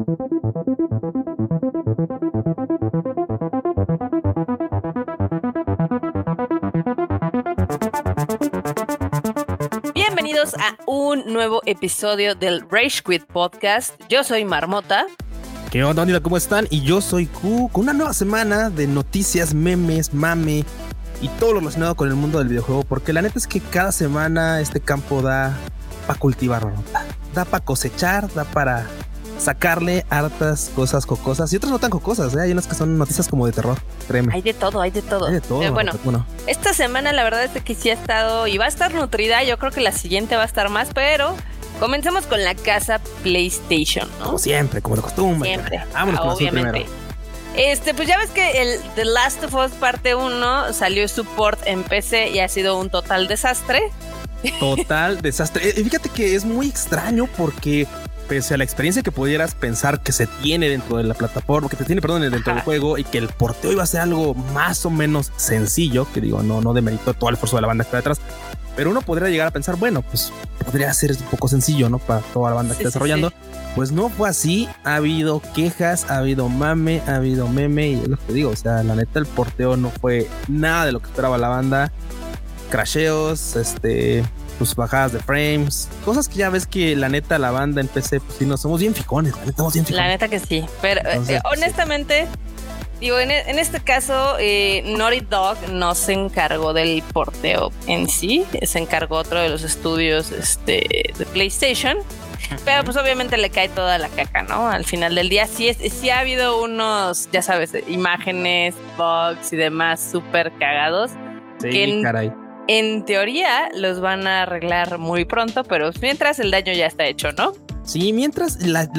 Bienvenidos a un nuevo episodio del Rage Quit Podcast. Yo soy Marmota. ¿Qué onda, bandita? ¿Cómo están? Y yo soy Q, con una nueva semana de noticias, memes, mame y todo lo relacionado con el mundo del videojuego, porque la neta es que cada semana este campo da para cultivar, da para cosechar, da para sacarle hartas cosas jocosas y otras no tan jocosas, ¿eh? Hay unas que son noticias como de terror, créeme. Hay de todo. Hay de todo. Bueno, esta semana la verdad es que sí ha estado y va a estar nutrida. Yo creo que la siguiente va a estar más, pero comencemos con la casa PlayStation, ¿no? Como siempre, como de costumbre. Siempre. Vámonos con obviamente. Pues ya ves que el The Last of Us parte 1 salió su port en PC y ha sido un total desastre. Total desastre. Fíjate que es muy extraño porque pese a la experiencia que pudieras pensar que se tiene dentro de la plataforma, que te tiene, perdón, dentro del juego, y que el porteo iba a ser algo más o menos sencillo, que digo, no demerito todo el esfuerzo de la banda que está detrás, pero uno podría llegar a pensar, bueno, pues podría ser un poco sencillo, ¿no? Para toda la banda que está desarrollando. Sí. Pues no fue así. Ha habido quejas, ha habido mame, ha habido meme, y es lo que te digo, o sea, la neta el porteo no fue nada de lo que esperaba la banda. Crasheos, pues bajadas de frames, cosas que ya ves que la neta la banda en PC, pues sí, no somos bien ficones, la neta estamos bien ficones. La neta que sí, pero entonces, honestamente, digo, en este caso, Naughty Dog no se encargó del porteo en sí, se encargó otro de los estudios de PlayStation, pero pues obviamente le cae toda la caca, ¿no? Al final del día sí ha habido unos, ya sabes, imágenes, bugs y demás súper cagados. Sí, caray. En teoría los van a arreglar muy pronto, pero mientras el daño ya está hecho, ¿no? Sí, mientras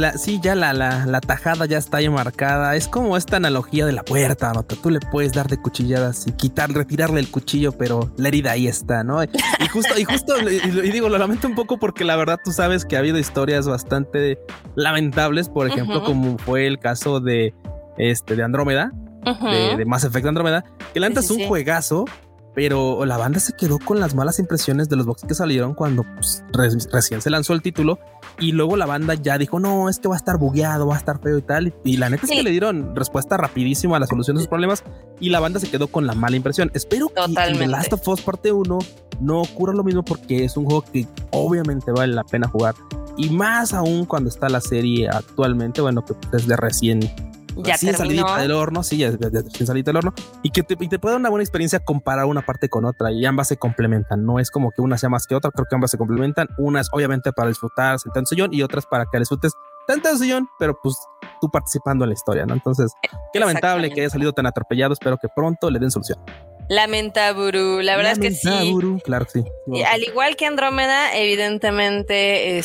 la tajada ya está ahí marcada. Es como esta analogía de la puerta, ¿no? Tú le puedes dar de cuchilladas y retirarle el cuchillo, pero la herida ahí está, ¿no? Y digo, lo lamento un poco porque la verdad tú sabes que ha habido historias bastante lamentables, por ejemplo, como fue el caso de Andrómeda, de Mass Effect Andrómeda, que la neta es un juegazo. Pero la banda se quedó con las malas impresiones de los boxes que salieron cuando pues, recién se lanzó el título, y luego la banda ya dijo, no, es que va a estar bugueado, va a estar feo y tal, y la neta es que le dieron respuesta rapidísima a la solución de sus problemas y la banda se quedó con la mala impresión. Espero que en The Last of Us parte 1 no ocurra lo mismo, porque es un juego que obviamente vale la pena jugar, y más aún cuando está la serie actualmente, bueno, que es de recién salidita del horno, sí, ya recién salidita del horno, y que te puede dar una buena experiencia comparar una parte con otra, y ambas se complementan. No es como que una sea más que otra, creo que ambas se complementan. Una es obviamente para disfrutar sentado en sillón, y otras para que disfrutes tanto en sillón, pero pues tú participando en la historia, ¿no? Entonces, qué lamentable que haya salido tan atropellado. Espero que pronto le den solución. Lamentable, la verdad es que sí. Claro que sí. Al igual que Andrómeda, evidentemente,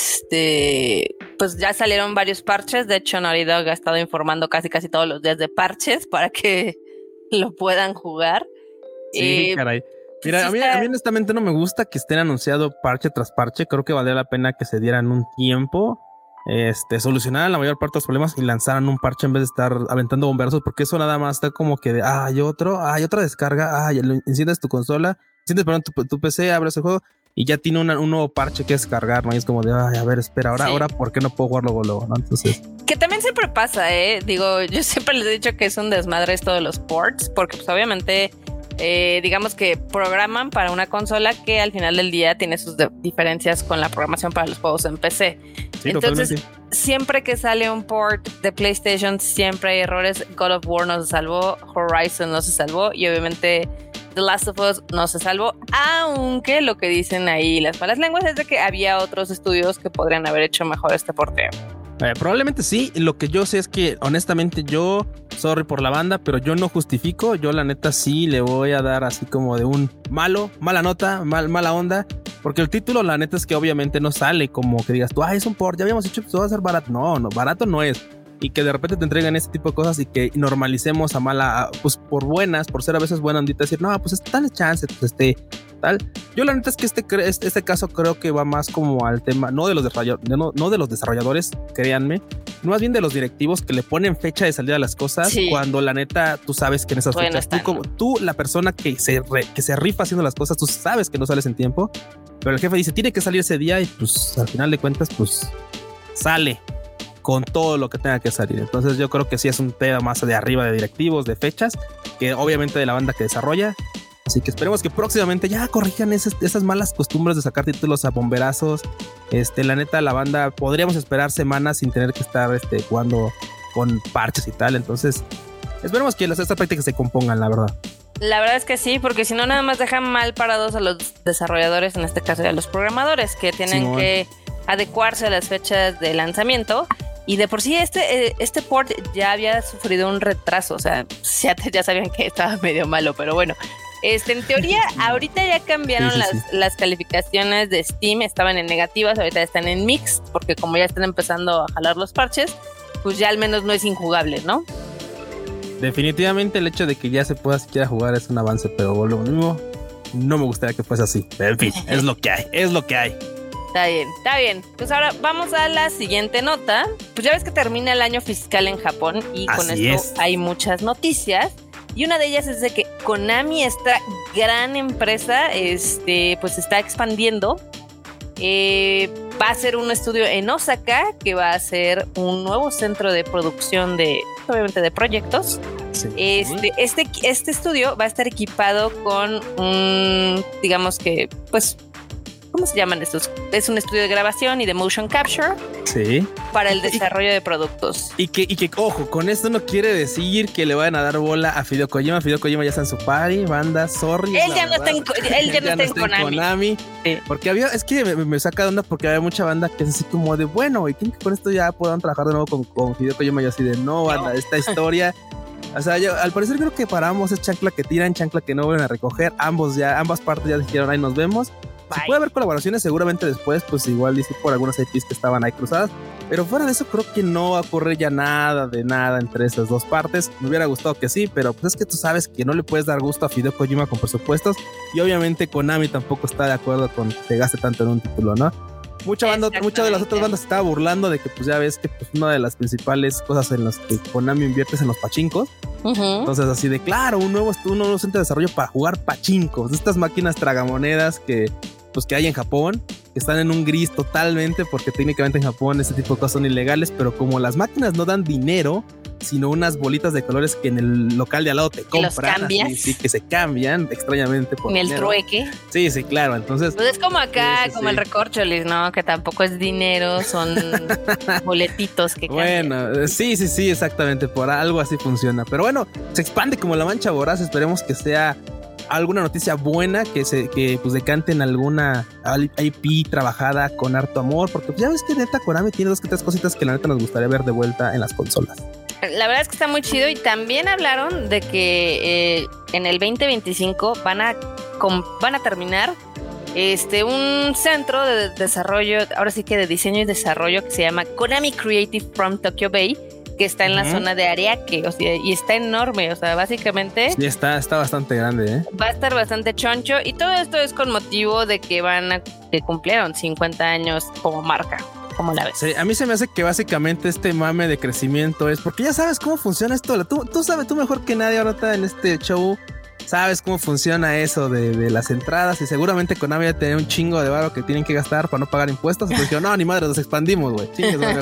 pues ya salieron varios parches. De hecho, Naughty Dog ha estado informando casi todos los días de parches para que lo puedan jugar. Sí, caray. Mira, a mí honestamente no me gusta que estén anunciado parche tras parche. Creo que valdría la pena que se dieran un tiempo, solucionaran la mayor parte de los problemas y lanzaran un parche en vez de estar aventando bomberazos, porque eso nada más está como que hay otra descarga, enciendes tu consola, enciendes tu PC, abres el juego y ya tiene un nuevo parche que descargar, ¿no? Y es como de, a ver, espera, ahora ¿por qué no puedo jugar luego, ¿no? Entonces, que también siempre pasa, digo, yo siempre les he dicho que es un desmadre esto de los ports, porque pues obviamente digamos que programan para una consola que al final del día tiene sus diferencias con la programación para los juegos en PC. Sí, entonces, totalmente. Siempre que sale un port de PlayStation, siempre hay errores. God of War no se salvó, Horizon no se salvó, y obviamente The Last of Us no se salvó, aunque lo que dicen ahí las malas lenguas es de que había otros estudios que podrían haber hecho mejor este porteo. Probablemente sí. Lo que yo sé es que honestamente sorry por la banda, pero yo no justifico. Yo la neta sí le voy a dar así como de un mala nota, mala onda, porque el título la neta es que obviamente no sale como que digas tú, es un port, ya habíamos dicho que va a ser barato. No, barato no es. Y que de repente te entregan este tipo de cosas y que normalicemos a mala, pues por ser a veces buena ondita, decir, no, pues dale chance, pues tal. Yo la neta es que este caso creo que va más como al tema, no de los desarrolladores, créanme, más bien de los directivos que le ponen fecha de salida a las cosas, cuando la neta tú sabes que en esas fechas, tú la persona que se rifa haciendo las cosas, tú sabes que no sales en tiempo, pero el jefe dice, tiene que salir ese día, y pues al final de cuentas, pues sale. con todo lo que tenga que salir. Entonces yo creo que sí es un tema más de arriba de directivos, de fechas, que obviamente de la banda que desarrolla. Así que esperemos que próximamente ya corrijan esas malas costumbres de sacar títulos a bomberazos. La neta, la banda podríamos esperar semanas sin tener que estar jugando con parches y tal. Entonces esperemos que estas prácticas se compongan, la verdad. La verdad es que sí, porque si no nada más dejan mal parados a los desarrolladores, en este caso a los programadores, que tienen que adecuarse a las fechas de lanzamiento. Y de por sí este port ya había sufrido un retraso, o sea, ya sabían que estaba medio malo, pero bueno. En teoría, ahorita ya cambiaron las calificaciones de Steam, estaban en negativas, ahorita están en mixed, porque como ya están empezando a jalar los parches, pues ya al menos no es injugable, ¿no? Definitivamente el hecho de que ya se pueda siquiera jugar es un avance, pero lo mismo, no me gustaría que fuese así. Pero en fin, es lo que hay. Está bien. Pues ahora vamos a la siguiente nota. Pues ya ves que termina el año fiscal en Japón y con esto hay muchas noticias. Y una de ellas es de que Konami, esta gran empresa, pues se está expandiendo. Va a ser un estudio en Osaka que va a ser un nuevo centro de producción obviamente de proyectos. Sí. Este estudio va a estar equipado con digamos que, pues, ¿cómo se llaman estos? Es un estudio de grabación y de motion capture. Sí. Para el desarrollo de productos. Y que, ojo, con esto no quiere decir que le vayan a dar bola a Hideo Kojima. Hideo Kojima ya está en su party, banda, sorry. Él ya no está en Konami. Sí. Porque es que me saca de onda porque había mucha banda que es así como de, bueno, ¿y creen que con esto ya puedan trabajar de nuevo con Hideo Kojima? Y así de, no, banda, esta historia... O sea, yo al parecer creo que para ambos es chancla que tiran, chancla que no vuelven a recoger. Ambas partes ya dijeron, ahí nos vemos. Si puede haber colaboraciones seguramente después, pues igual dice por algunas IPs que estaban ahí cruzadas, pero fuera de eso creo que no va a ocurrir ya nada entre esas dos partes. Me hubiera gustado que sí, pero pues es que tú sabes que no le puedes dar gusto a Hideo Kojima con presupuestos, y obviamente Konami tampoco está de acuerdo con que se gaste tanto en un título, ¿no? Mucha de las otras bandas se estaba burlando de que pues ya ves que pues, una de las principales cosas en las que Konami invierte es en los pachincos. Entonces así de claro, un nuevo centro de desarrollo para jugar pachincos, de estas máquinas tragamonedas que hay en Japón, que están en un gris totalmente, porque técnicamente en Japón este tipo de cosas son ilegales, pero como las máquinas no dan dinero, sino unas bolitas de colores que en el local de al lado te compran, así, que se cambian extrañamente por en el trueque. Sí, claro, entonces pues es como acá, como el recorcholis, ¿no? Que tampoco es dinero, son boletitos que cambian. Bueno, sí, exactamente, por algo así funciona, pero bueno, se expande como la mancha voraz. Esperemos que sea alguna noticia buena, que pues decanten alguna IP trabajada con harto amor, porque pues ya ves que neta Konami tiene 2 que 3 cositas que la neta nos gustaría ver de vuelta en las consolas. La verdad es que está muy chido, y también hablaron de que en el 2025 van a terminar un centro de desarrollo, ahora sí que de diseño y desarrollo, que se llama Konami Creative from Tokyo Bay, que está en la zona de Ariake, o sea, y está enorme, o sea, básicamente... Sí, está bastante grande, ¿eh? Va a estar bastante choncho, y todo esto es con motivo de que que cumplieron 50 años como marca. ¿Cómo la ves? Sí, a mí se me hace que básicamente este mame de crecimiento es porque ya sabes cómo funciona esto. Tú sabes, tú mejor que nadie ahorita en este show, sabes cómo funciona eso de las entradas, y seguramente Konami ya tiene un chingo de varo que tienen que gastar para no pagar impuestos. Entonces yo, no, ni madre, nos expandimos, güey.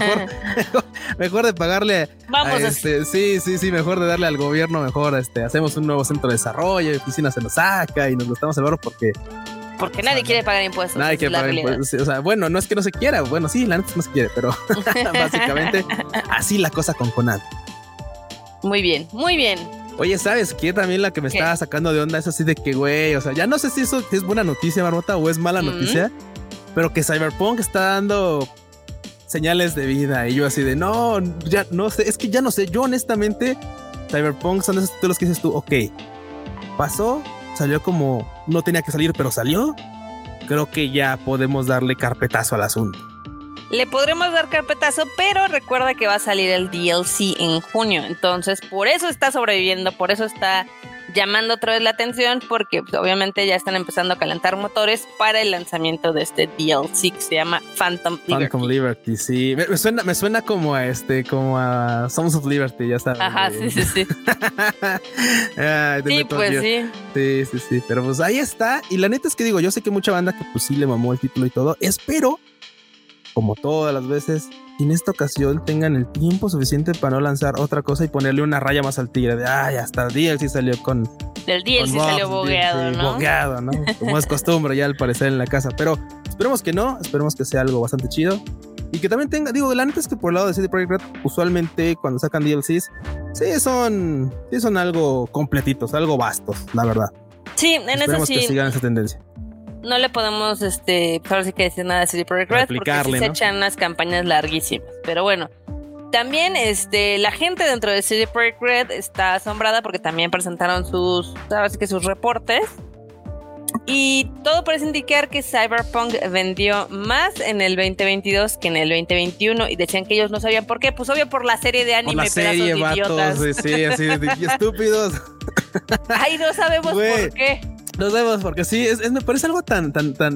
Mejor de pagarle. Vamos sí, mejor de darle al gobierno, mejor hacemos un nuevo centro de desarrollo, oficinas en Osaka, y nos gastamos el oro porque nadie quiere pagar impuestos. Nadie quiere pagar impuestos. O sea, bueno, no es que no se quiera. Bueno, sí, la neta no se quiere, pero básicamente así la cosa con Konami. Muy bien. Oye, ¿sabes qué? También la que me estaba sacando de onda es así de que, güey, o sea, ya no sé si eso es buena noticia, Marmota, o es mala noticia, pero que Cyberpunk está dando señales de vida. Y yo así de, no, ya no sé, es que ya no sé. Yo honestamente, Cyberpunk son esos títulos que dices tú, ok, pasó, salió como no tenía que salir, pero salió. Creo que ya podemos darle carpetazo al asunto. Le podremos dar carpetazo, pero recuerda que va a salir el DLC en junio. Entonces, por eso está sobreviviendo, por eso está llamando otra vez la atención, porque pues, obviamente ya están empezando a calentar motores para el lanzamiento de este DLC que se llama Phantom Liberty, sí. Me suena como a Sons of Liberty, ya sabes. Ajá, sí. Ay, sí, pues sí. Pero pues ahí está. Y la neta es que digo, yo sé que mucha banda que pues sí le mamó el título y todo. Espero como todas las veces, en esta ocasión tengan el tiempo suficiente para no lanzar otra cosa y ponerle una raya más al tigre. De hasta el DLC salió con... Del DLC salió bogueado, ¿no? Bogueado, ¿no? Como es costumbre ya al parecer en la casa. Pero esperemos que no, esperemos que sea algo bastante chido. Y que también tenga, digo, la neta es que por el lado de CD Projekt Red, usualmente cuando sacan DLCs, sí son algo completitos, algo vastos, la verdad. Sí, en esperemos eso sí. Que sigan esa tendencia. No le podemos, ahora sí que decir nada de CD Projekt Red porque sí se echan unas campañas larguísimas. Pero bueno, también la gente dentro de CD Projekt Red está asombrada porque también presentaron sus reportes. Y todo parece indicar que Cyberpunk vendió más en el 2022 que en el 2021. Y decían que ellos no sabían por qué. Pues obvio por la serie de anime, pedazos de idiotas. Sí, así de estúpidos. Ay, no sabemos por qué. No sabemos porque sí, me parece algo tan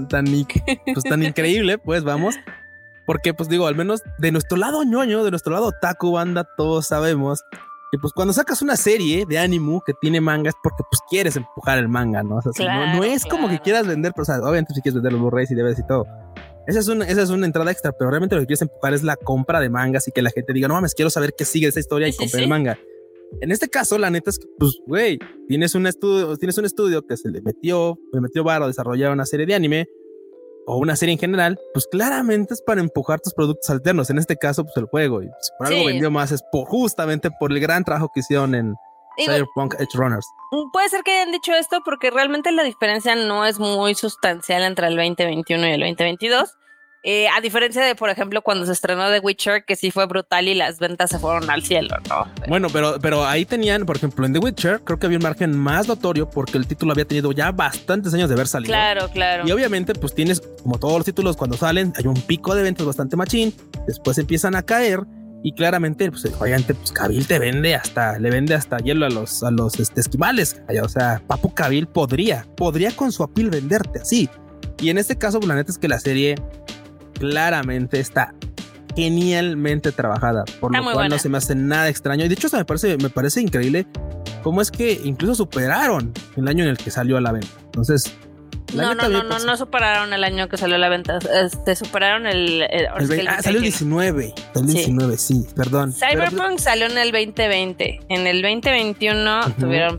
increíble, pues vamos. Porque pues digo, al menos de nuestro lado ñoño, de nuestro lado otaku banda, todos sabemos que pues cuando sacas una serie de anime que tiene mangas, porque pues quieres empujar el manga, ¿no? O sea, claro, no es como que quieras vender, pero o sea, obviamente si quieres vender los Blu-rays y DVDs y todo. Esa es una entrada extra, pero realmente lo que quieres empujar es la compra de mangas y que la gente diga, no mames, quiero saber qué sigue esa historia y comprar el manga. En este caso, la neta es que, pues, güey, tienes un estudio que le metió varo a desarrollar una serie de anime o una serie en general, pues claramente es para empujar tus productos alternos. En este caso, pues el juego. Y pues, por algo vendió más es justamente por el gran trabajo que hicieron en Cyberpunk Edgerunners. Puede ser que hayan dicho esto porque realmente la diferencia no es muy sustancial entre el 2021 y el 2022. A diferencia de, por ejemplo, cuando se estrenó The Witcher, que sí fue brutal y las ventas se fueron al cielo, ¿no? Bueno, pero ahí tenían, por ejemplo, en The Witcher, creo que había un margen más notorio porque el título había tenido ya bastantes años de haber salido. Claro. Y obviamente, pues tienes, como todos los títulos, cuando salen, hay un pico de ventas bastante machín, después empiezan a caer y claramente, pues, obviamente, pues Cavill le vende hasta hielo a los esquimales. O sea, Papu Cavill podría con su appeal venderte así. Y en este caso, pues, la neta es que la serie claramente está genialmente trabajada, por lo cual no se me hace nada extraño. Y de hecho, me parece increíble cómo es que incluso superaron el año en el que salió a la venta. Entonces, no superaron el año que salió a la venta. Superaron salió el 19. El 19, sí, perdón. Cyberpunk salió en el 2020. En el 2021 tuvieron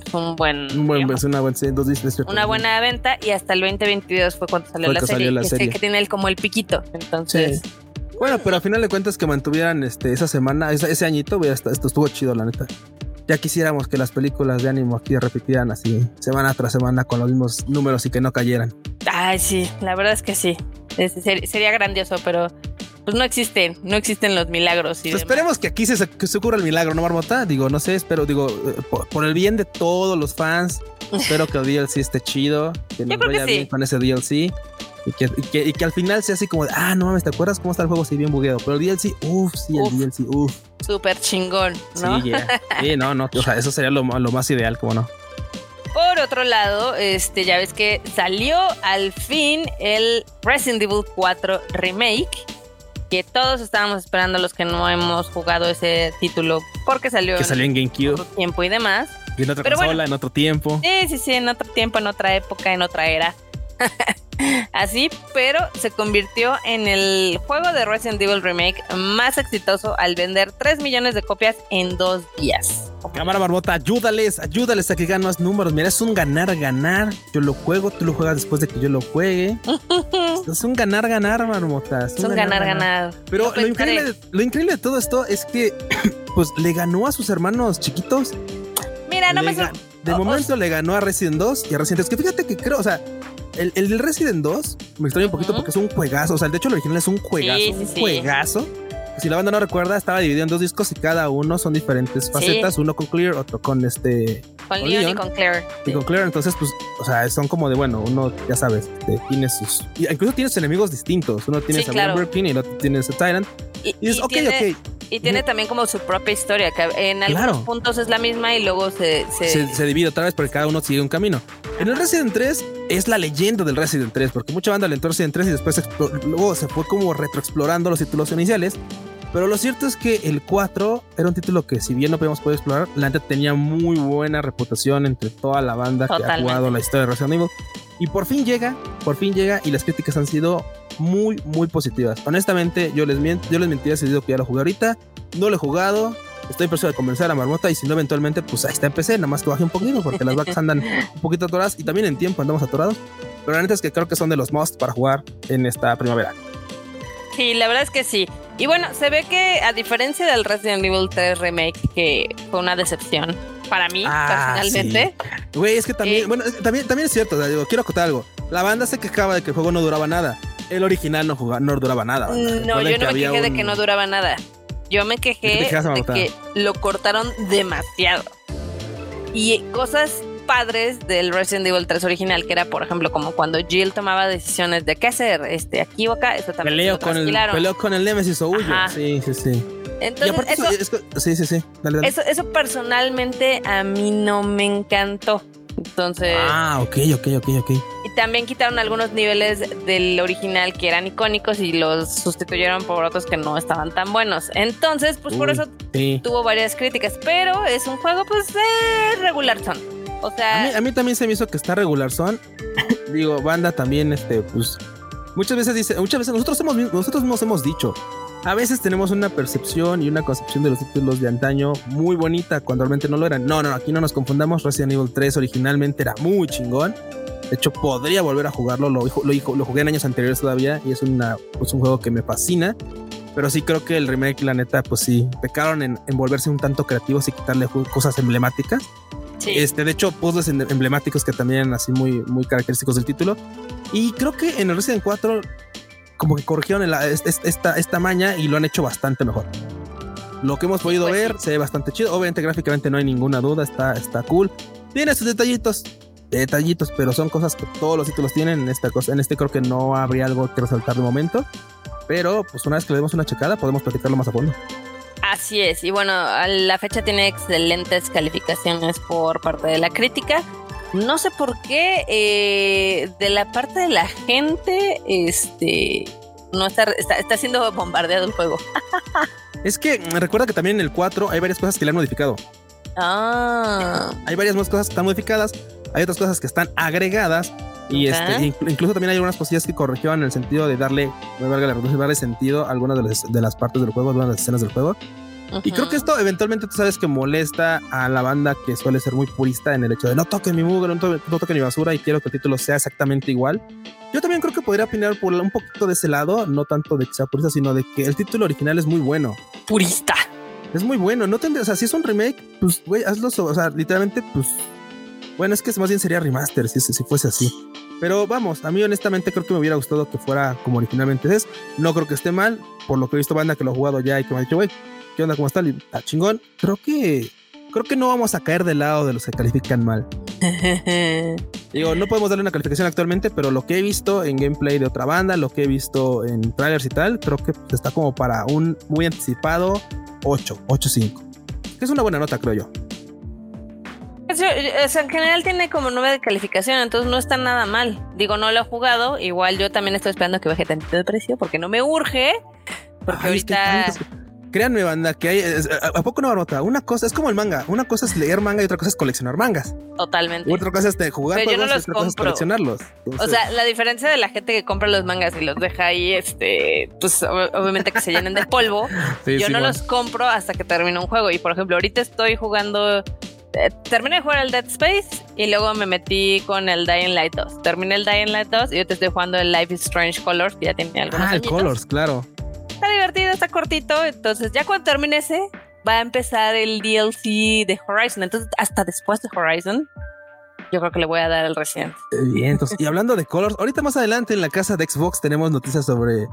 una buena venta y hasta el 2022 fue cuando salió la serie. Que tiene como el piquito. Entonces. Sí. Bueno, pero a final de cuentas que mantuvieran esa semana, ese añito, esto estuvo chido, la neta. Ya quisiéramos que las películas de ánimo aquí repitieran así semana tras semana con los mismos números y que no cayeran. Ay, sí, la verdad es que sí. Sería grandioso, pero pues no existen los milagros. Pues esperemos que aquí se ocurra el milagro, ¿no, Marmota? Digo, no sé, por el bien de todos los fans, espero que el DLC esté chido, que nos vaya bien con ese DLC. Y que al final sea así como de, no mames, ¿te acuerdas cómo está el juego así bien bugueado? Pero el DLC, el DLC, súper chingón, ¿no? Sí, sí, no, o sea, eso sería lo más ideal, ¿cómo no? Por otro lado, ya ves que salió al fin el Resident Evil 4 Remake, que todos estábamos esperando los que no hemos jugado ese título, porque salió en GameCube, otro tiempo y demás. Y en otra consola, en otro tiempo. Sí, en otro tiempo, en otra época, en otra era. Así, pero se convirtió en el juego de Resident Evil Remake más exitoso al vender 3 millones de copias en 2 días. Cámara Barbota, ayúdales a que ganen más números. Mira, es un ganar. Yo lo juego, tú lo juegas después de que yo lo juegue. Es un ganar, Marmota. Es un ganar. Pero lo increíble de todo esto es que pues le ganó a sus hermanos chiquitos. Mira, de momento le ganó a Resident 2 y a Resident 3. Que fíjate que creo, o sea, el del Resident 2 me extraña un poquito porque es un juegazo. O sea, de hecho, el original es un juegazo. Juegazo. Si la banda no recuerda, estaba dividido en 2 discos y cada uno son diferentes facetas. Uno con Clear, otro con Con Leon y con Claire. Y con Claire, entonces, pues, o sea, son como de, bueno, uno, ya sabes, tiene sus... Incluso tienes enemigos distintos. Uno tiene a Wolverine y el otro tiene a Tyrant. Y dices, ok. Y tiene también como su propia historia, que en algunos puntos es la misma y luego se divide otra vez porque cada uno sigue un camino. En el Resident 3 es la leyenda del Resident 3, porque mucha banda le entró Resident 3 y después luego se fue como retroexplorando los títulos iniciales. Pero lo cierto es que el 4 era un título que, si bien no podíamos poder explorar, la neta tenía muy buena reputación entre toda la banda que ha jugado la historia de Resident Evil. Y por fin llega y las críticas han sido muy, muy positivas. Honestamente, yo les mentiría si digo que ya lo jugué ahorita. No lo he jugado. Estoy en proceso de convencer a Marmota y si no, eventualmente, pues ahí está en PC, nada más que baje un poquito porque las vacas andan un poquito atoradas y también en tiempo andamos atorados. Pero la neta es que creo que son de los must para jugar en esta primavera. Sí, la verdad es que sí. Y bueno, se ve que a diferencia del Resident Evil 3 Remake, que fue una decepción para mí, personalmente. Güey, es que también, bueno, también es cierto, o sea, digo, quiero acotar algo. La banda se quejaba de que el juego no duraba nada. El original no duraba nada. No, yo no me quejé de que no duraba nada. Yo me quejé de que lo cortaron demasiado. Y cosas padres del Resident Evil 3 original, que era, por ejemplo, como cuando Jill tomaba decisiones de qué hacer, aquí o acá, eso también Peleó con el Nemesis o huyo. Sí. Entonces, sí. Dale. Eso personalmente a mí no me encantó. Entonces. Ok. Y también quitaron algunos niveles del original que eran icónicos y los sustituyeron por otros que no estaban tan buenos. Entonces, pues por eso tuvo varias críticas. Pero es un juego, pues, regular son. O sea. A mí también se me hizo que está regular son. Digo, banda también, pues. Muchas veces nosotros nos hemos dicho. A veces tenemos una percepción y una concepción de los títulos de antaño muy bonita cuando realmente no lo eran. No, aquí no nos confundamos. Resident Evil 3 originalmente era muy chingón. De hecho, podría volver a jugarlo. Lo jugué en años anteriores todavía y es un juego que me fascina. Pero sí creo que el remake, la neta, pues sí, pecaron en volverse un tanto creativos y quitarle cosas emblemáticas. Sí. De hecho, puzzles emblemáticos que también eran así muy, muy característicos del título. Y creo que en el Resident 4 como que corrigieron esta maña y lo han hecho bastante mejor. Lo que hemos podido ver se ve bastante chido. Obviamente gráficamente no hay ninguna duda, está cool. Tiene sus detallitos, pero son cosas que todos los títulos tienen. En este creo que no habría algo que resaltar de momento. Pero pues una vez que le demos una checada podemos platicarlo más a fondo. Así es, y bueno, a la fecha tiene excelentes calificaciones por parte de la crítica. No sé por qué de la parte de la gente no está siendo bombardeado el juego. Es que recuerda que también en el 4 hay varias cosas que le han modificado. Hay varias más cosas que están modificadas, hay otras cosas que están agregadas y incluso también hay algunas cosillas que corrigieron en el sentido de darle sentido a algunas de las partes del juego, algunas de las escenas del juego. Y creo que esto eventualmente tú sabes que molesta a la banda que suele ser muy purista en el hecho de no toquen mi mugre, no toquen mi basura y quiero que el título sea exactamente igual. Yo también creo que podría opinar por un poquito de ese lado, no tanto de que sea purista, sino de que el título original es muy bueno. Purista. Es muy bueno, no tendría, o sea, si es un remake, pues güey, hazlo, o sea, literalmente, pues bueno, es que más bien sería remaster si fuese así. Pero vamos, a mí honestamente creo que me hubiera gustado que fuera como originalmente es. No creo que esté mal, por lo que he visto banda que lo ha jugado ya y que me ha dicho, güey, ¿qué onda? ¿Cómo está? Está chingón. Creo que no vamos a caer del lado de los que califican mal. Digo, no podemos darle una calificación actualmente, pero lo que he visto en gameplay de otra banda, lo que he visto en trailers y tal, creo que está como para un muy anticipado 8.5. Que es una buena nota, creo yo. O sea, en general tiene como 9 de calificación, entonces no está nada mal. Digo, no lo he jugado, igual yo también estoy esperando que baje tantito de precio, porque no me urge, porque ahorita... Créanme, banda, que hay... ¿A poco no, Barbota? Una cosa es como el manga. Una cosa es leer manga y otra cosa es coleccionar mangas. Totalmente. Y otra cosa es jugar juegos, no y otra cosa es coleccionarlos. Entonces... O sea, la diferencia de la gente que compra los mangas y los deja ahí, pues obviamente que se llenen de polvo. Sí, yo no los compro hasta que termine un juego. Y por ejemplo, ahorita estoy jugando... terminé de jugar el Dead Space y luego me metí con el Dying Light 2. Terminé el Dying Light 2 y yo te estoy jugando el Life is Strange Colors, que ya tiene algunos añitos. El Colors, claro. Está divertido, está cortito. Entonces ya cuando termine ese va a empezar el DLC de Horizon. Entonces hasta después de Horizon yo creo que le voy a dar el Resident. Bien, entonces, y hablando de Colors, ahorita más adelante en la casa de Xbox tenemos noticias sobre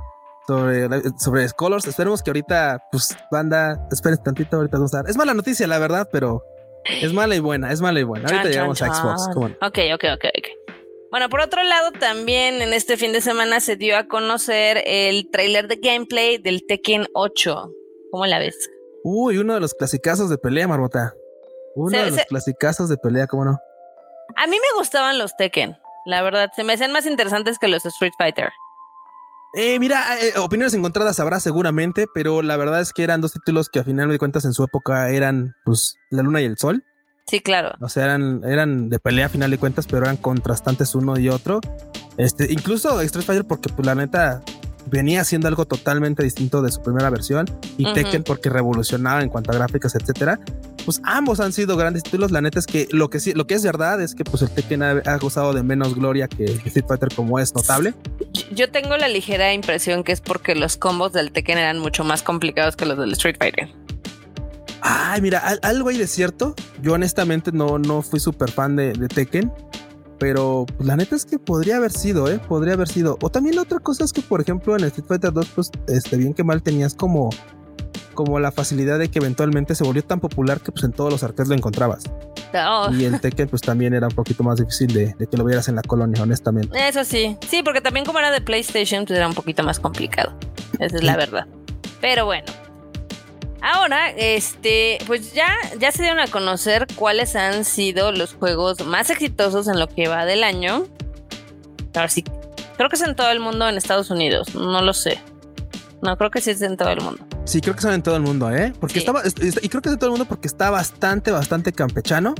Colors. Esperemos que ahorita, pues, banda, esperen tantito, ahorita vamos a dar. Es mala noticia, la verdad, pero es mala y buena, Ahorita llegamos a Xbox. Ok. Bueno, por otro lado, también en este fin de semana se dio a conocer el tráiler de gameplay del Tekken 8. ¿Cómo la ves? Uy, uno de los clasicazos de pelea, Marbota. Clasicazos de pelea, ¿cómo no? A mí me gustaban los Tekken, la verdad. Se me hacían más interesantes que los Street Fighter. Mira, opiniones encontradas habrá seguramente, pero la verdad es que eran dos títulos que a final de cuentas en su época eran, pues, la luna y el sol. Sí, claro. O sea, eran de pelea a final de cuentas, pero eran contrastantes uno y otro. Incluso Street Fighter porque pues la neta venía siendo algo totalmente distinto de su primera versión y Tekken porque revolucionaba en cuanto a gráficas, etcétera. Pues ambos han sido grandes títulos. La neta es que lo que es verdad es que pues el Tekken ha gozado de menos gloria que Street Fighter, como es notable. Yo tengo la ligera impresión que es porque los combos del Tekken eran mucho más complicados que los del Street Fighter. Ay, mira, algo hay de cierto. Yo honestamente no fui súper fan de Tekken, pero pues, la neta es que podría haber sido. O también la otra cosa es que, por ejemplo, en Street Fighter 2, pues bien que mal tenías como la facilidad de que eventualmente se volvió tan popular que pues en todos los arcades lo encontrabas. Oh. Y el Tekken pues también era un poquito más difícil de que lo vieras en la colonia, honestamente. Eso sí, porque también como era de PlayStation pues era un poquito más complicado. Esa es la verdad. Pero bueno, ahora pues ya se dieron a conocer cuáles han sido los juegos más exitosos en lo que va del año. Ahora sí, creo que es en todo el mundo, en Estados Unidos, no lo sé. No, creo que sí es en todo el mundo. Sí, creo que son en todo el mundo, porque y creo que es en todo el mundo porque está bastante campechano.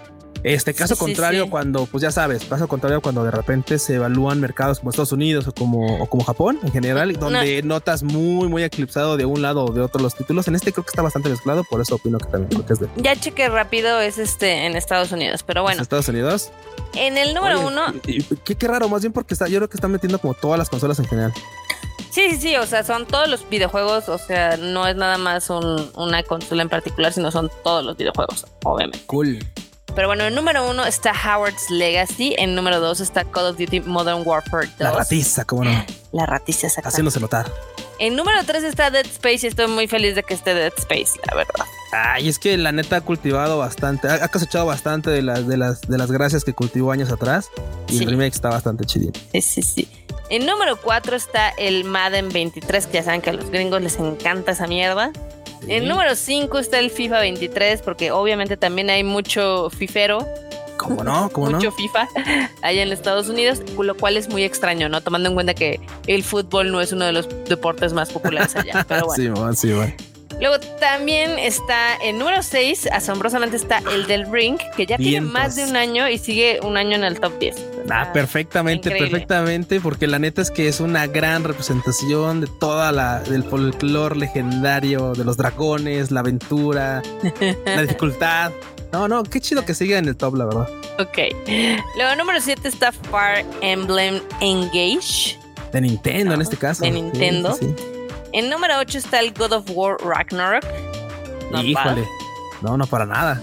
Caso contrario, cuando, pues ya sabes, cuando de repente se evalúan mercados como Estados Unidos o como Japón en general, donde notas muy eclipsado de un lado o de otro los títulos. En creo que está bastante mezclado, por eso opino que también creo que es de... Ya chequé rápido, es en Estados Unidos, pero bueno. ¿En Estados Unidos? En el número 1. Qué raro, más bien porque yo creo que están metiendo como todas las consolas en general. Sí, o sea, son todos los videojuegos, o sea, no es nada más una consola en particular, sino son todos los videojuegos, obviamente. Cool. Pero bueno, en número 1 está Howard's Legacy, en número 2 está Call of Duty Modern Warfare 2. La ratiza, ¿cómo no? La ratiza, exactamente. Haciéndose notar. En número 3 está Dead Space y estoy muy feliz de que esté Dead Space, la verdad. Ay, es que la neta ha cultivado bastante, ha cosechado bastante de las gracias que cultivó años atrás y el remake está bastante chidito. Sí. En número 4 está el Madden 23, que ya saben que a los gringos les encanta esa mierda. Sí. En número 5 está el FIFA 23, porque obviamente también hay mucho fifero. ¿Cómo no? Mucho FIFA allá en Estados Unidos, lo cual es muy extraño, ¿no? Tomando en cuenta que el fútbol no es uno de los deportes más populares allá. Pero bueno. Sí, bueno. Luego también está en número 6, asombrosamente está el del Ring, que ya tiene más de un año y sigue un año en el top 10. Perfectamente, porque la neta es que es una gran representación de del folclore legendario, de los dragones, la aventura, la dificultad. No, qué chido que siga en el top, la verdad. Ok. Luego número 7 está Fire Emblem Engage. De Nintendo, en este caso. De Nintendo. Sí. En número 8 está el God of War Ragnarok. Híjole. No, para nada.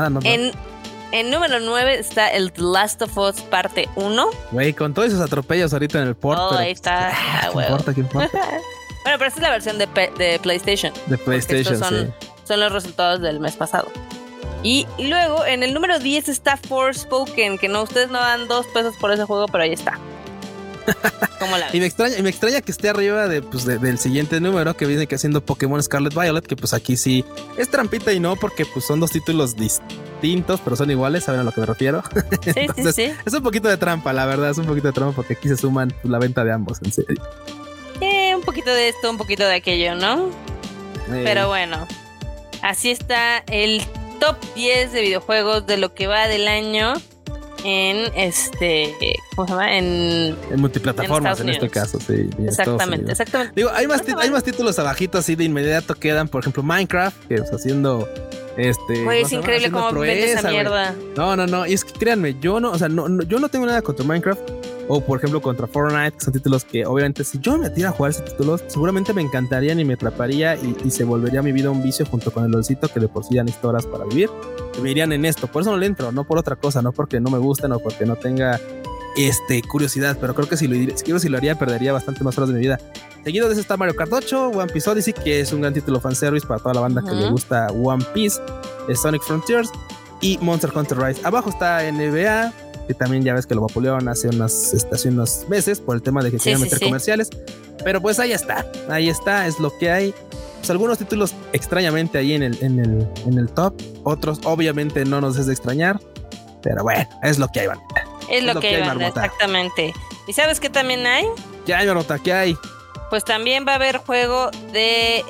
En número 9 está el The Last of Us Parte 1. Güey, con todos esos atropellos ahorita en el port. Ahí está. ¿Qué importa? Bueno, pero esta es la versión de PlayStation. De PlayStation, son los resultados del mes pasado. Y luego en el número 10 está Forspoken, que no, ustedes no dan 2 pesos por ese juego, pero ahí está. ¿Cómo la ves? Y me extraña que esté arriba del siguiente número, que viene que haciendo Pokémon Scarlet Violet, que pues aquí sí es trampita y no, porque pues son 2 títulos distintos, pero son iguales, ¿saben a lo que me refiero? Entonces, sí. Es un poquito de trampa, la verdad, porque aquí se suman la venta de ambos, en serio. Un poquito de esto, un poquito de aquello, ¿no? Pero bueno, así está el top 10 de videojuegos de lo que va del año en ¿cómo se llama? En multiplataformas en este caso, sí. Exactamente. Digo, hay más títulos abajito así de inmediato quedan, por ejemplo, Minecraft, que está haciendo Güey, es increíble cómo vende esa mierda. No, y es que créanme, yo no tengo nada contra Minecraft o por ejemplo contra Fortnite, que son títulos que obviamente si yo me metiera a jugar ese título, seguramente me encantarían y me atraparía y se volvería mi vida un vicio junto con el LOLcito, que de por sí ya necesito horas para vivir. Me irían en esto, por eso no le entro, no por otra cosa, no porque no me gusten o porque no tenga curiosidad, pero creo que si lo haría perdería bastante más horas de mi vida. Seguido de eso está Mario Kart 8, One Piece Odyssey, que es un gran título fanservice para toda la banda que le gusta One Piece, Sonic Frontiers y Monster Hunter Rise. Abajo está NBA, que también ya ves que lo vapulearon hace unos meses por el tema de que querían meter comerciales, pero pues ahí está, es lo que hay. Pues algunos títulos extrañamente ahí en el top, otros obviamente no nos es de extrañar, pero bueno, es lo que hay, banda. Es lo que hay, banda, exactamente. ¿Y sabes qué también hay? ¿Qué hay, Marmota? ¿Qué hay? Pues también va a haber juego de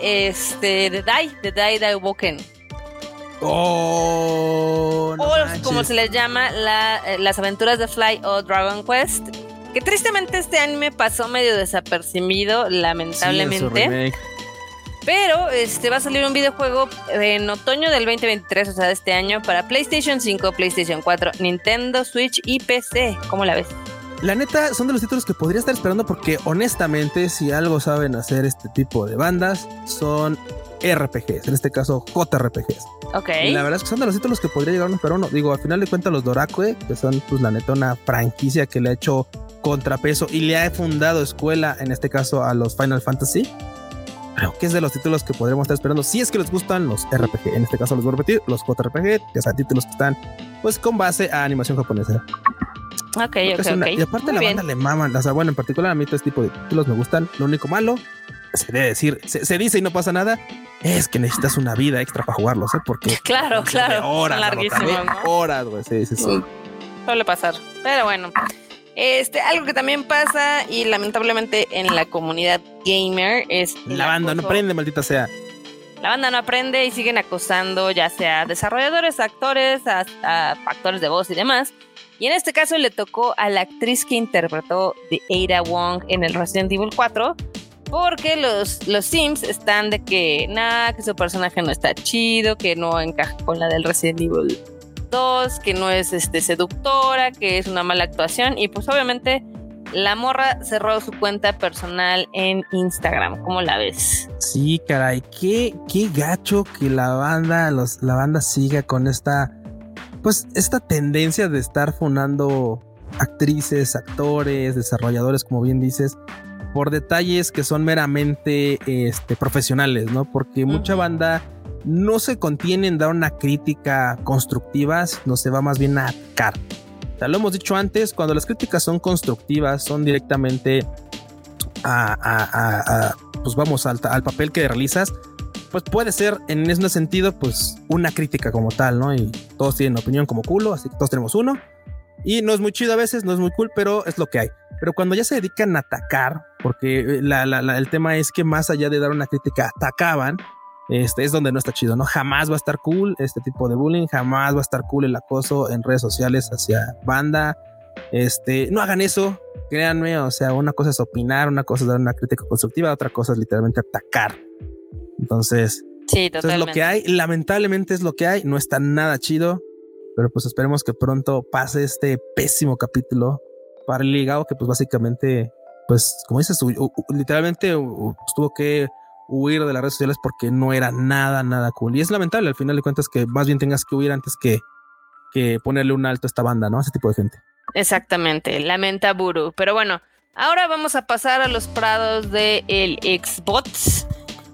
Die Dauboken. Oh, no o manches. Como se les llama, las aventuras de Fly o Dragon Quest. Que tristemente este anime pasó medio desapercibido, lamentablemente. Sí, pero va a salir un videojuego en otoño del 2023, o sea, de este año, para PlayStation 5, PlayStation 4, Nintendo Switch y PC. ¿Cómo la ves? La neta, son de los títulos que podría estar esperando porque honestamente, si algo saben hacer este tipo de bandas, son RPGs, en este caso JRPGs. Ok. Y la verdad es que son de los títulos que podría llegar a un peruano. Digo, al final de cuentas los Dorakue, que son pues la neta una franquicia que le ha hecho contrapeso y le ha fundado escuela, en este caso a los Final Fantasy. Creo que es de los títulos que podremos estar esperando si es que les gustan los RPG. En este caso los voy a repetir, los JRPG, que son títulos que están pues con base a animación japonesa. Ok. Y aparte muy la banda le maman, o sea, bueno, en particular a mí todo este tipo de títulos me gustan. Lo único malo, se debe decir, se dice y no pasa nada, es que necesitas una vida extra para jugarlos, porque claro, horas, larguísimos, ¿no? Horas, güey, sí. Suele pasar, pero bueno. Algo que también pasa y lamentablemente en la comunidad gamer es la banda no aprende, maldita sea. La banda no aprende y siguen acosando ya sea desarrolladores, actores, a actores de voz y demás. Y en este caso le tocó a la actriz que interpretó de Ada Wong en el Resident Evil 4, porque los Sims están de que que su personaje no está chido, que no encaja con la del Resident Evil 2, que no es seductora, que es una mala actuación. Y pues obviamente la morra cerró su cuenta personal en Instagram. ¿Cómo la ves? Sí, caray, qué gacho que la banda siga con esta tendencia de estar funando actrices, actores, desarrolladores, como bien dices, por detalles que son meramente profesionales, ¿no? Porque mucha banda no se contiene en dar una crítica constructiva, no se va más bien a atacar. O sea, lo hemos dicho antes, cuando las críticas son constructivas, son directamente pues vamos al papel que realizas, pues puede ser en ese sentido pues una crítica como tal, ¿no? Y todos tienen opinión como culo, así que todos tenemos uno. Y no es muy chido a veces, no es muy cool, pero es lo que hay. Pero cuando ya se dedican a atacar, porque el tema es que más allá de dar una crítica, atacaban, es donde no está chido, ¿no? Jamás va a estar cool este tipo de bullying, jamás va a estar cool el acoso en redes sociales hacia banda. No hagan eso, créanme, o sea, una cosa es opinar, una cosa es dar una crítica constructiva, otra cosa es literalmente atacar. Entonces, sí, eso es lo que hay, lamentablemente es lo que hay, no está nada chido, pero pues esperemos que pronto pase este pésimo capítulo para el ligado que pues básicamente, pues como dices, literalmente tuvo que huir de las redes sociales porque no era nada cool. Y es lamentable al final de cuentas que más bien tengas que huir antes que ponerle un alto a esta banda, ¿no? A ese tipo de gente. Exactamente, lamenta Buru. Pero bueno, ahora vamos a pasar a los prados del Xbox.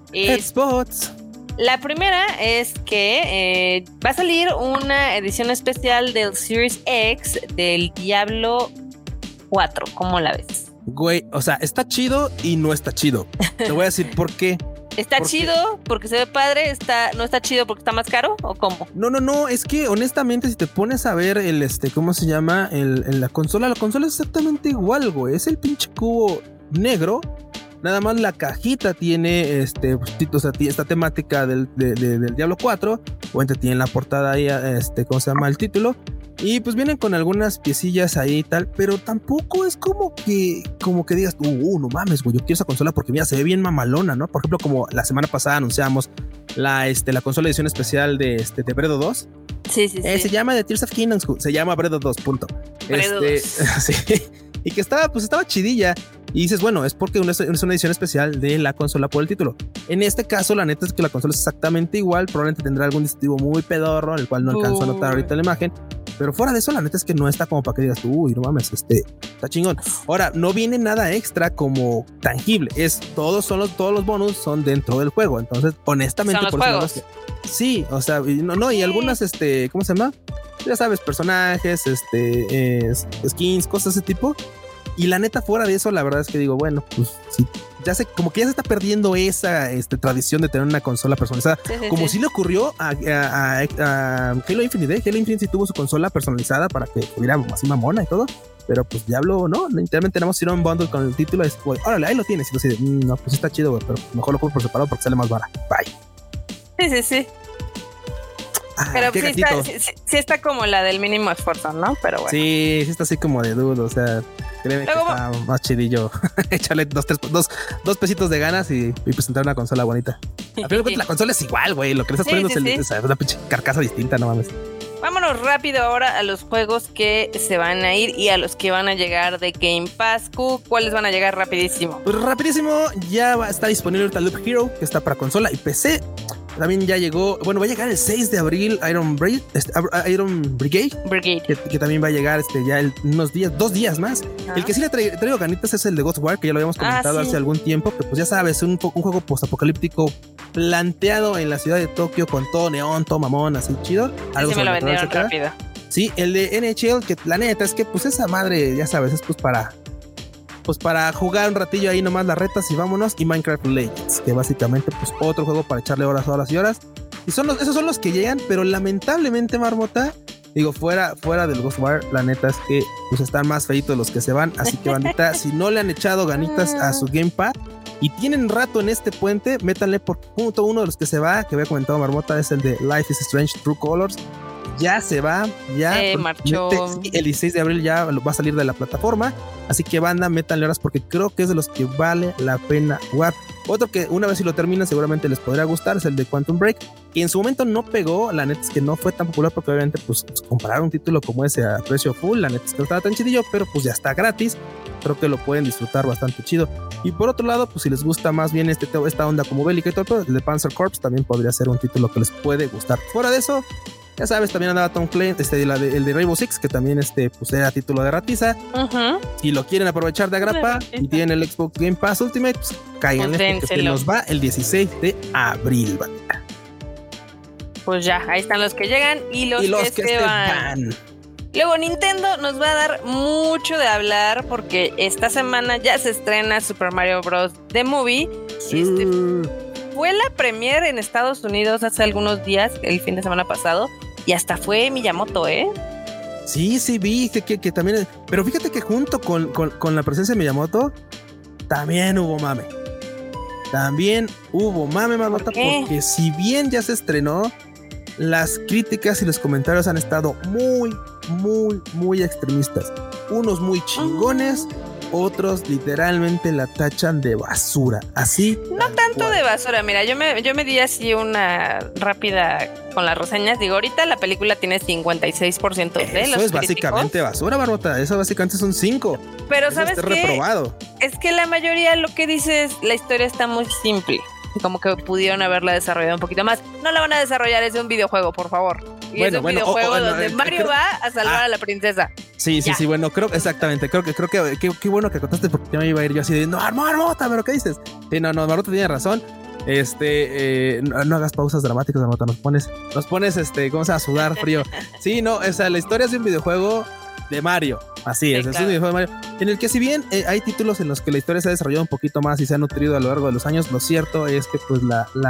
Xbox. La primera es que va a salir una edición especial del Series X del Diablo 4. ¿Cómo la ves? Güey, o sea, está chido y no está chido. Te voy a decir por qué. ¿Está chido porque se ve padre? ¿No está chido porque está más caro? ¿O cómo? No, es que honestamente si te pones a ver ¿cómo se llama? La consola es exactamente igual, güey. Es el pinche cubo negro. Nada más la cajita tiene o sea, esta temática del Diablo 4. Obviamente tiene la portada ahí, ¿cómo se llama? El título. Y pues vienen con algunas piecillas ahí y tal, pero tampoco es como que digas, no mames, güey, yo quiero esa consola porque mira, se ve bien mamalona, ¿no? Por ejemplo, como la semana pasada anunciamos la consola edición especial de Breath of 2. Sí. Se llama The Tears of Kingdom, se llama Breath of 2, punto. Breath of 2. Sí. Y que estaba chidilla. Y dices, bueno, es porque es una edición especial de la consola por el título. En este caso, la neta es que la consola es exactamente igual. Probablemente tendrá algún dispositivo muy pedorro, el cual no alcanzo a notar ahorita en la imagen. Pero fuera de eso, la neta es que no está como para que digas, uy, no mames, está chingón. Ahora, no viene nada extra como tangible. Todos los bonus son dentro del juego. Entonces, honestamente, son los juegos. Sí, o sea, y algunas, ¿cómo se llama? Ya sabes, personajes, skins, cosas de ese tipo. Y la neta, fuera de eso, la verdad es que digo, bueno, pues sí, ya sé, como que ya se está perdiendo esa tradición de tener una consola personalizada. Sí. Sí le ocurrió a Halo Infinite. Halo Infinite sí tuvo su consola personalizada para que tuviera así mamona y todo. Pero pues Diablo, no, literalmente tenemos ir a un bundle con el título. Es pues, órale, ahí lo tienes. Y lo así no, pues está chido, güey, pero mejor lo compro por separado porque sale más barato. Bye. Sí. Pero qué sí gatito. sí está como la del mínimo esfuerzo, ¿no? Pero bueno. Sí, sí está así como de dudo, o sea, créeme Luego, que está más chidillo. Échale dos pesitos de ganas y presentar una consola bonita. A fin de cuentas, la consola es igual, güey. Lo que le estás poniendo es una pinche carcasa distinta, no mames. Vámonos rápido ahora a los juegos que se van a ir y a los que van a llegar de Game Pass. ¿Cuáles van a llegar rapidísimo? Pues rapidísimo, ya está disponible ahorita Loop Hero, que está para consola y PC. También ya llegó, bueno, va a llegar el 6 de abril Iron Brigade. Que también va a llegar ya unos días, 2 días más. El que sí le traigo ganitas es el de Ghostwire, que ya lo habíamos comentado hace algún tiempo, que pues ya sabes, un juego postapocalíptico planteado en la ciudad de Tokio con todo neón, todo mamón, así chido. Algo sí me lo vendieron rápido. Sí, el de NHL, que la neta es que pues esa madre, ya sabes, es para jugar un ratillo ahí nomás las retas y vámonos. Y Minecraft Legends, que básicamente pues otro juego para echarle horas y horas. Y esos son los que llegan, pero lamentablemente, Marmota, digo, fuera del Ghostwire, la neta es que pues están más feitos los que se van. Así que, bandita, si no le han echado ganitas a su Gamepad y tienen rato en este puente, métanle por punto. Uno de los que se va, que había comentado Marmota, es el de Life is Strange True Colors. Ya se va, ya marchó. El 16 de abril ya va a salir de la plataforma. Así que, banda, métanle horas porque creo que es de los que vale la pena jugar. Otro que una vez si lo terminan seguramente les podrá gustar es el de Quantum Break, que en su momento no pegó. La neta es que no fue tan popular porque obviamente pues comparar un título como ese a precio full, la neta es que no estaba tan chidillo, pero pues ya está gratis. Creo que lo pueden disfrutar bastante chido. Y por otro lado, pues si les gusta más bien esta onda como bélica y todo, el de Panzer Corps también podría ser un título que les puede gustar. Fuera de eso, ya sabes, también andaba Tom Clancy, el de Rainbow Six, que también pues era título de ratiza. Si lo quieren aprovechar de agrapa y tienen el Xbox Game Pass Ultimate, pues cáiganle, porque se nos va el 16 de abril, bandita. Pues ya, ahí están los que llegan y los que se van. Luego Nintendo nos va a dar mucho de hablar porque esta semana ya se estrena Super Mario Bros. The Movie. Sí. Fue la premiere en Estados Unidos hace algunos días, el fin de semana pasado. Y hasta fue Miyamoto, ¿eh? Sí, vi que también. Pero fíjate que junto con la presencia de Miyamoto, también hubo mame. Marmota, porque si bien ya se estrenó, las críticas y los comentarios han estado muy extremistas. Unos muy chingones, otros literalmente la tachan de basura. Así. No tanto de basura, mira, yo me di así una rápida con las reseñas. Digo, ahorita la película tiene 56% de los críticos. Eso es básicamente basura, Barbota. Eso básicamente son 5. Pero ¿sabes qué? Reprobado. Es que la mayoría lo que dice es la historia está muy simple. Como que pudieron haberla desarrollado un poquito más. No la van a desarrollar, es de un videojuego, por favor. Y es un videojuego donde Mario va a salvar a la princesa. Sí, bueno, creo exactamente. Creo que qué bueno que contaste porque ya me iba a ir yo así de no, Marmota, pero ¿qué dices? Sí, no, Marmota tiene razón. No hagas pausas dramáticas, Marmota. Nos pones, ¿cómo se va a sudar frío? Sí, no, o sea, la historia es de un videojuego de Mario. Así es, claro. Es un videojuego de Mario. En el que si bien hay títulos en los que la historia se ha desarrollado un poquito más y se ha nutrido a lo largo de los años, lo cierto es que pues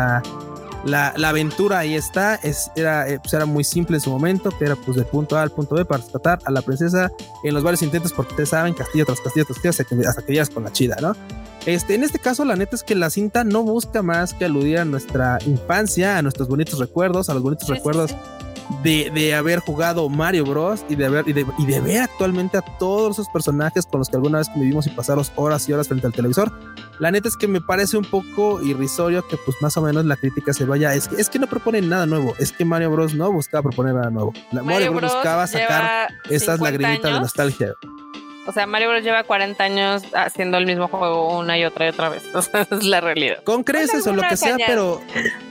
la aventura ahí está, era muy simple en su momento, que era pues de punto A al punto B para rescatar a la princesa en los varios intentos, porque ustedes saben, castillo tras castillo hasta que llegas con la chida, ¿no? En este caso, la neta es que la cinta no busca más que aludir a nuestra infancia, a nuestros bonitos recuerdos, a los bonitos recuerdos de haber jugado Mario Bros. y de ver actualmente a todos esos personajes con los que alguna vez convivimos y pasamos horas y horas frente al televisor. La neta es que me parece un poco irrisorio que pues más o menos la crítica se vaya. Es que no proponen nada nuevo. Es que Mario Bros. No buscaba proponer nada nuevo. Mario Bros. Buscaba sacar esas lagrimitas de nostalgia. O sea, Mario Bros. Lleva 40 años haciendo el mismo juego una y otra vez. O sea, es la realidad. Con creces o lo que sea, pero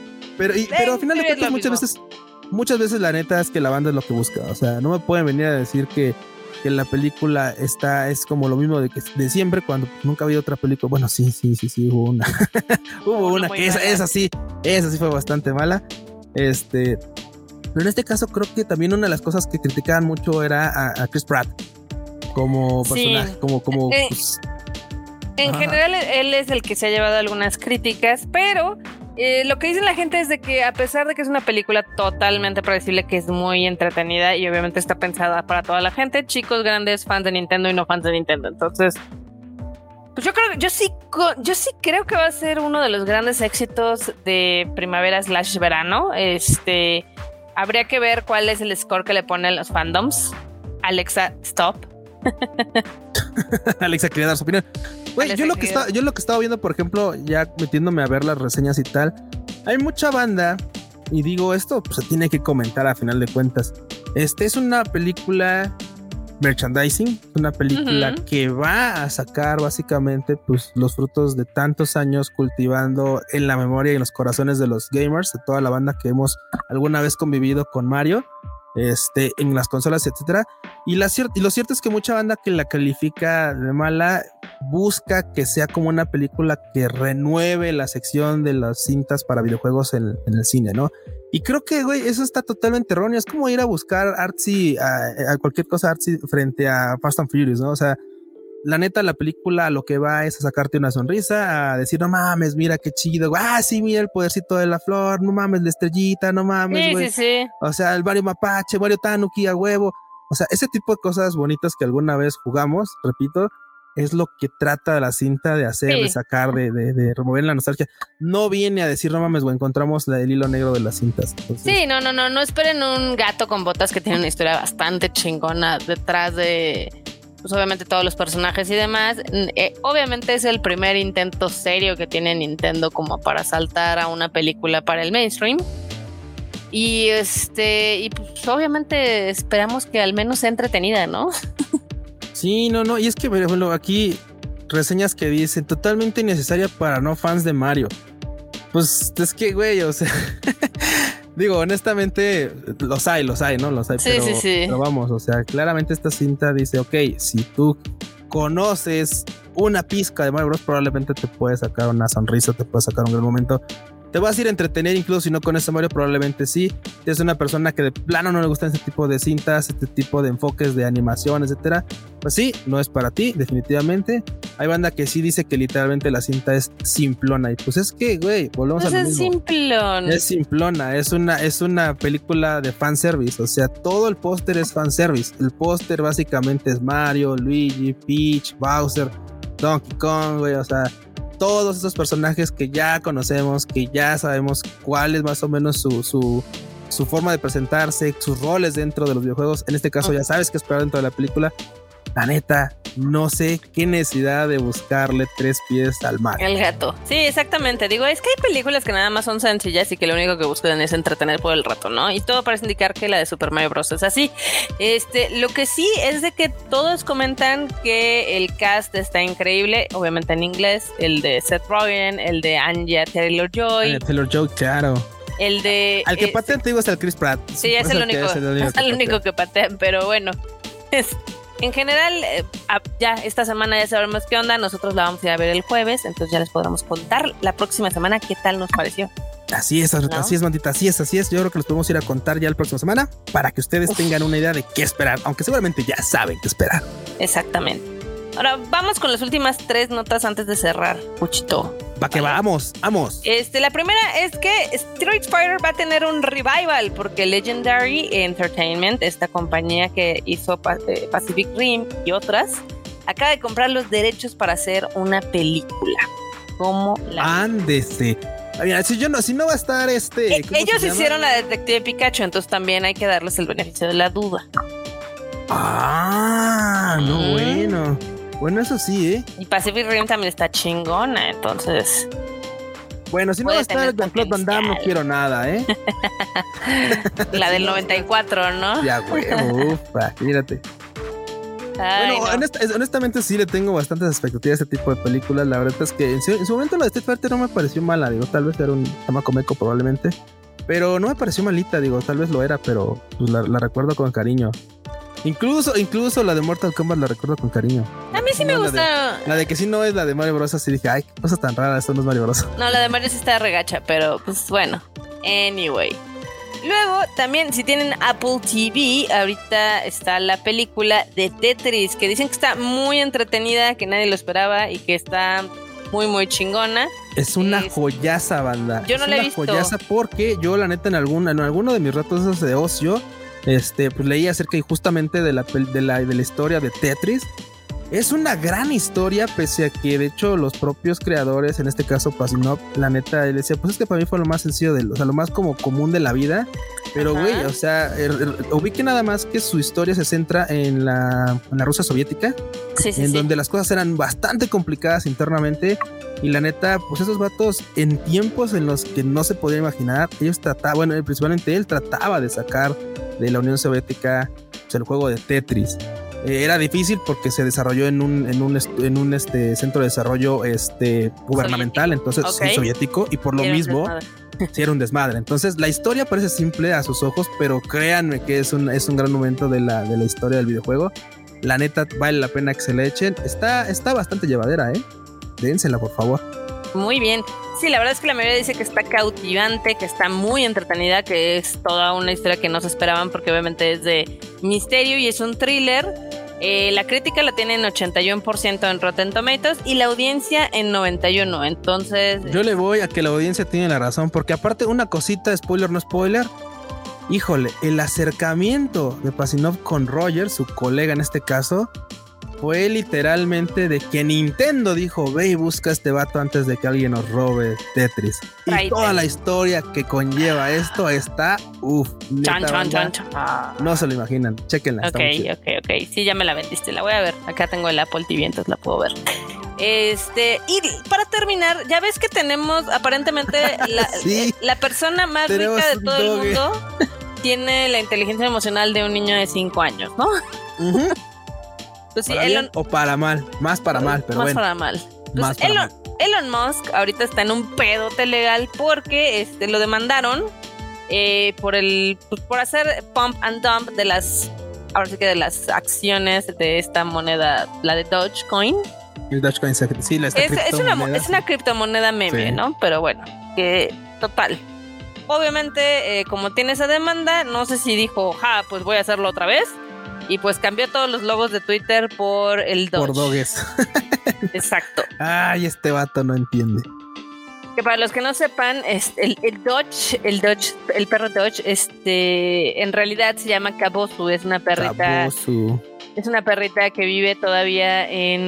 al final de cuentas muchas veces la neta es que la banda es lo que busca. O sea, no me pueden venir a decir que la película es como lo mismo de siempre, cuando nunca había otra película. Bueno, sí, hubo una. Hubo una que esa sí fue bastante mala. Pero en este caso creo que también una de las cosas que criticaban mucho era a Chris Pratt como personaje, como pues, en general él es el que se ha llevado algunas críticas, pero lo que dice la gente es de que a pesar de que es una película totalmente predecible, que es muy entretenida y obviamente está pensada para toda la gente, chicos, grandes, fans de Nintendo y no fans de Nintendo. Entonces, pues yo sí creo que va a ser uno de los grandes éxitos de primavera/verano. habría que ver cuál es el score que le ponen los fandoms. Alexa, stop. Alexa quería dar su opinión. Güey, yo lo que estaba viendo, por ejemplo, ya metiéndome a ver las reseñas y tal, hay mucha banda, y digo, esto pues, se tiene que comentar a final de cuentas. Es una película merchandising, una película que va a sacar básicamente pues los frutos de tantos años cultivando en la memoria y en los corazones de los gamers, de toda la banda que hemos alguna vez convivido con Mario, en las consolas, etcétera. Y lo cierto es que mucha banda que la califica de mala busca que sea como una película que renueve la sección de las cintas para videojuegos en el cine, ¿no? Y creo que, güey, eso está totalmente erróneo. Es como ir a buscar artsy, a cualquier cosa artsy frente a Fast and Furious, ¿no? O sea, la neta, la película a lo que va es a sacarte una sonrisa, a decir, no mames, mira qué chido, sí, mira el podercito de la flor, no mames, la estrellita, no mames, güey. Sí. O sea, el Mario Mapache, Mario Tanuki a huevo. O sea, ese tipo de cosas bonitas que alguna vez jugamos, repito, es lo que trata la cinta de hacer, de sacar, de remover la nostalgia. No viene a decir, no mames, güey, encontramos el hilo negro de las cintas. Entonces, sí, no esperen un gato con botas que tiene una historia bastante chingona detrás de, pues obviamente todos los personajes y demás. Obviamente es el primer intento serio que tiene Nintendo como para saltar a una película para el mainstream. Y pues obviamente esperamos que al menos sea entretenida, ¿no? Sí, no, y es que, bueno, aquí reseñas que dicen totalmente innecesaria para no fans de Mario. Pues es que, güey, o sea, digo, honestamente, los hay, ¿no? Los hay, sí. Pero vamos, o sea, claramente esta cinta dice, ok, si tú conoces una pizca de Mario Bros, probablemente te puede sacar una sonrisa, te puede sacar un gran momento. Te vas a ir a entretener, incluso si no conoces a Mario, probablemente sí. Si es una persona que de plano no le gustan este tipo de cintas, este tipo de enfoques de animación, etcétera, pues sí, no es para ti, definitivamente. Hay banda que sí dice que literalmente la cinta es simplona. Y pues es que, güey, volvemos a lo mismo. Es simplona, es una película de fanservice. O sea, todo el póster es fanservice. El póster básicamente es Mario, Luigi, Peach, Bowser, Donkey Kong, güey, o sea, todos esos personajes que ya conocemos, que ya sabemos cuál es más o menos su forma de presentarse, sus roles dentro de los videojuegos. En este caso ya sabes qué esperar dentro de la película. La neta, no sé qué necesidad de buscarle 3 pies al Mario. El gato. Sí, exactamente. Digo, es que hay películas que nada más son sencillas y que lo único que buscan es entretener por el rato, ¿no? Y todo parece indicar que la de Super Mario Bros. Es así. Lo que sí es de que todos comentan que el cast está increíble, obviamente en inglés, el de Seth Rogen, el de Anya Taylor-Joy. Taylor-Joy, claro. El de... Al que patean, te digo, es el Chris Pratt. Sí, es el único que patean, pero bueno. En general, ya esta semana ya sabremos qué onda. Nosotros la vamos a ir a ver el jueves, entonces ya les podremos contar la próxima semana qué tal nos pareció. Así es, ¿no? Así es, Mantita, así es. Yo creo que los podemos ir a contar ya la próxima semana para que ustedes tengan una idea de qué esperar, aunque seguramente ya saben qué esperar. Exactamente. Ahora vamos con las últimas 3 notas antes de cerrar, Puchito. Va que vamos. La primera es que Street Fighter va a tener un revival porque Legendary Entertainment, esta compañía que hizo Pacific Rim y otras, acaba de comprar los derechos para hacer una película. ¿Cómo la? Ándese. Mira, si no va a estar ellos hicieron la Detective Pikachu, entonces también hay que darles el beneficio de la duda. No, bueno. Bueno, eso sí, ¿eh? Y Pacific Rim también está chingona, entonces... Bueno, si no va a estar Jean-Claude Van Damme, no quiero nada, ¿eh? La del 94, ¿no? Ya, güey, ufa, mírate. Ay, bueno, no. Honestamente sí le tengo bastantes expectativas a este tipo de películas. La verdad es que en su momento la de Street Fighter no me pareció mala, digo, tal vez era un chamaco meco probablemente, pero no me pareció malita, digo, tal vez lo era, pero pues, la recuerdo con cariño. Incluso la de Mortal Kombat la recuerdo con cariño. A mí sí me gusta. La de que sí no es la de Mario Bros. Así dije, ay, qué cosa tan rara, esto no es Mario Bros. No, la de Mario sí está regacha, pero pues bueno. Anyway. Luego, también, si tienen Apple TV, ahorita está la película de Tetris, que dicen que está muy entretenida, que nadie lo esperaba y que está muy, muy chingona. Es una joyaza, banda. Yo no la he visto. Es una joyaza porque yo, la neta, en alguno de mis ratos esos de ocio, pues leí acerca justamente de la historia de Tetris. Es una gran historia, pese a que de hecho los propios creadores, en este caso Pasinov, la neta, él decía, pues es que para mí fue lo más sencillo, o sea, lo más como común de la vida. Pero güey, o sea, ubique nada más que su historia se centra en la Rusia soviética, donde las cosas eran bastante complicadas internamente. Y la neta, pues esos vatos en tiempos en los que no se podía imaginar, ellos trataban, bueno, principalmente él trataba de sacar de la Unión Soviética pues, el juego de Tetris. Era difícil porque se desarrolló en un centro de desarrollo gubernamental, entonces sí, soviético, y por lo mismo sí era un desmadre. Entonces la historia parece simple a sus ojos, pero créanme que es un gran momento de la historia del videojuego. La neta vale la pena que se le echen. Está bastante llevadera, dénsela por favor. Muy bien. Sí, la verdad es que la mayoría dice que está cautivante, que está muy entretenida, que es toda una historia que no se esperaban porque obviamente es de misterio y es un thriller. La crítica la tiene en 81% en Rotten Tomatoes y la audiencia en 91%. Entonces... yo le voy a que la audiencia tiene la razón, porque aparte una cosita, spoiler no spoiler, híjole, el acercamiento de Pasinov con Roger, su colega en este caso, fue literalmente de que Nintendo dijo: ve y busca a este vato antes de que alguien nos robe Tetris. Y toda la historia que conlleva esto está no se lo imaginan, chéquenla. Ok. Sí, ya me la vendiste, la voy a ver. Acá tengo el Apple TV, entonces la puedo ver. Y para terminar, ya ves que tenemos aparentemente la persona más rica de todo el mundo tiene la inteligencia emocional de un niño de 5 años, ¿no? Uh-huh. Pues sí, ¿para bien o para mal? Más para mal, pero más bueno. Para mal. Pues más para mal. Elon Musk ahorita está en un pedote legal porque lo demandaron por hacer pump and dump de las acciones de esta moneda, la de Dogecoin. El Dogecoin, sí, es una criptomoneda meme, sí. ¿No? Pero bueno, que total. Obviamente, como tiene esa demanda, no sé si dijo, pues voy a hacerlo otra vez. Y pues cambió todos los logos de Twitter por el Doge. Por Doges. Exacto. Ay, este vato no entiende. Que para los que no sepan, el perro Doge, en realidad se llama Kabosu, es una perrita. Kabosu. Es una perrita que vive todavía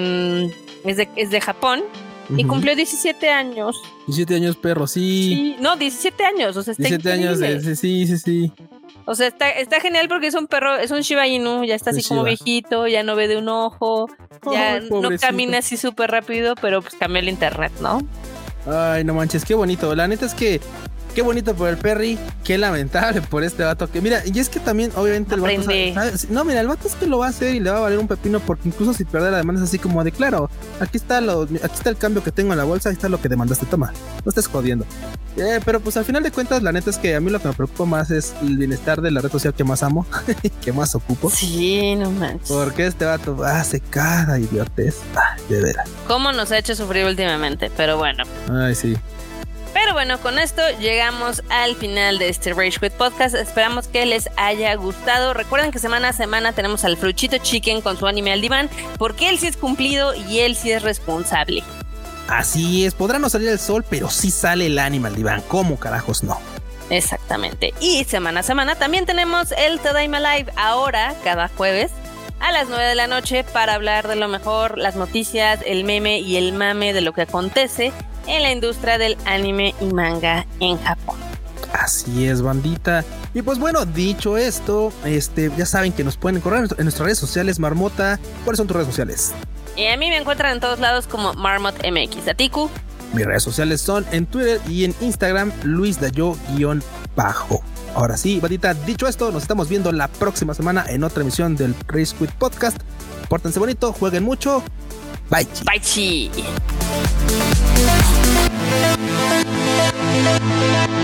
es de Japón. Y cumplió 17 años. 17 años, perro, sí. No, 17 años, o sea, está 17 increíble. Años, sí. O sea, está genial porque es un perro, es un Shiba Inu, ya está así como viejito, ya no ve de un ojo, ya no camina así súper rápido, pero pues cambió el internet, ¿no? Ay, no manches, qué bonito. La neta es que qué bonito por el Perry, qué lamentable por este vato. Que mira, y es que también, obviamente, el vato no, mira, el vato es que lo va a hacer y le va a valer un pepino, porque incluso si pierde la demanda es así como de claro, aquí está el cambio que tengo en la bolsa, ahí está lo que demandaste, toma, no estés jodiendo. Pero pues al final de cuentas, la neta es que a mí lo que me preocupa más es el bienestar de la red social que más amo, que más ocupo. Sí, no manches. Porque este vato hace cada idiotez, de veras. ¿Cómo nos ha hecho sufrir últimamente? Pero bueno. Ay, sí. Pero bueno, con esto llegamos al final de este Rage Quit Podcast. Esperamos que les haya gustado. Recuerden que semana a semana tenemos al Fruchito Chicken con su anime al diván, porque él sí es cumplido y él sí es responsable. Así es, podrá no salir el sol, pero sí sale el anime al diván. ¿Cómo carajos no? Exactamente. Y semana a semana también tenemos el Tadaima Live, ahora cada jueves a las 9 de la noche, para hablar de lo mejor, las noticias, el meme y el mame de lo que acontece en la industria del anime y manga en Japón. Así es, bandita. Y pues bueno, dicho esto, ya saben que nos pueden encontrar en nuestras redes sociales. Marmota, ¿cuáles son tus redes sociales? A mí me encuentran en todos lados como Marmot MX. ¿A ti, Q? Mis redes sociales son en Twitter y en Instagram, LuisDayo_. Ahora sí, bandita, dicho esto, nos estamos viendo la próxima semana en otra emisión del Rage Quit Podcast. Pórtense bonito, jueguen mucho. Bye, chi. Bye, chi.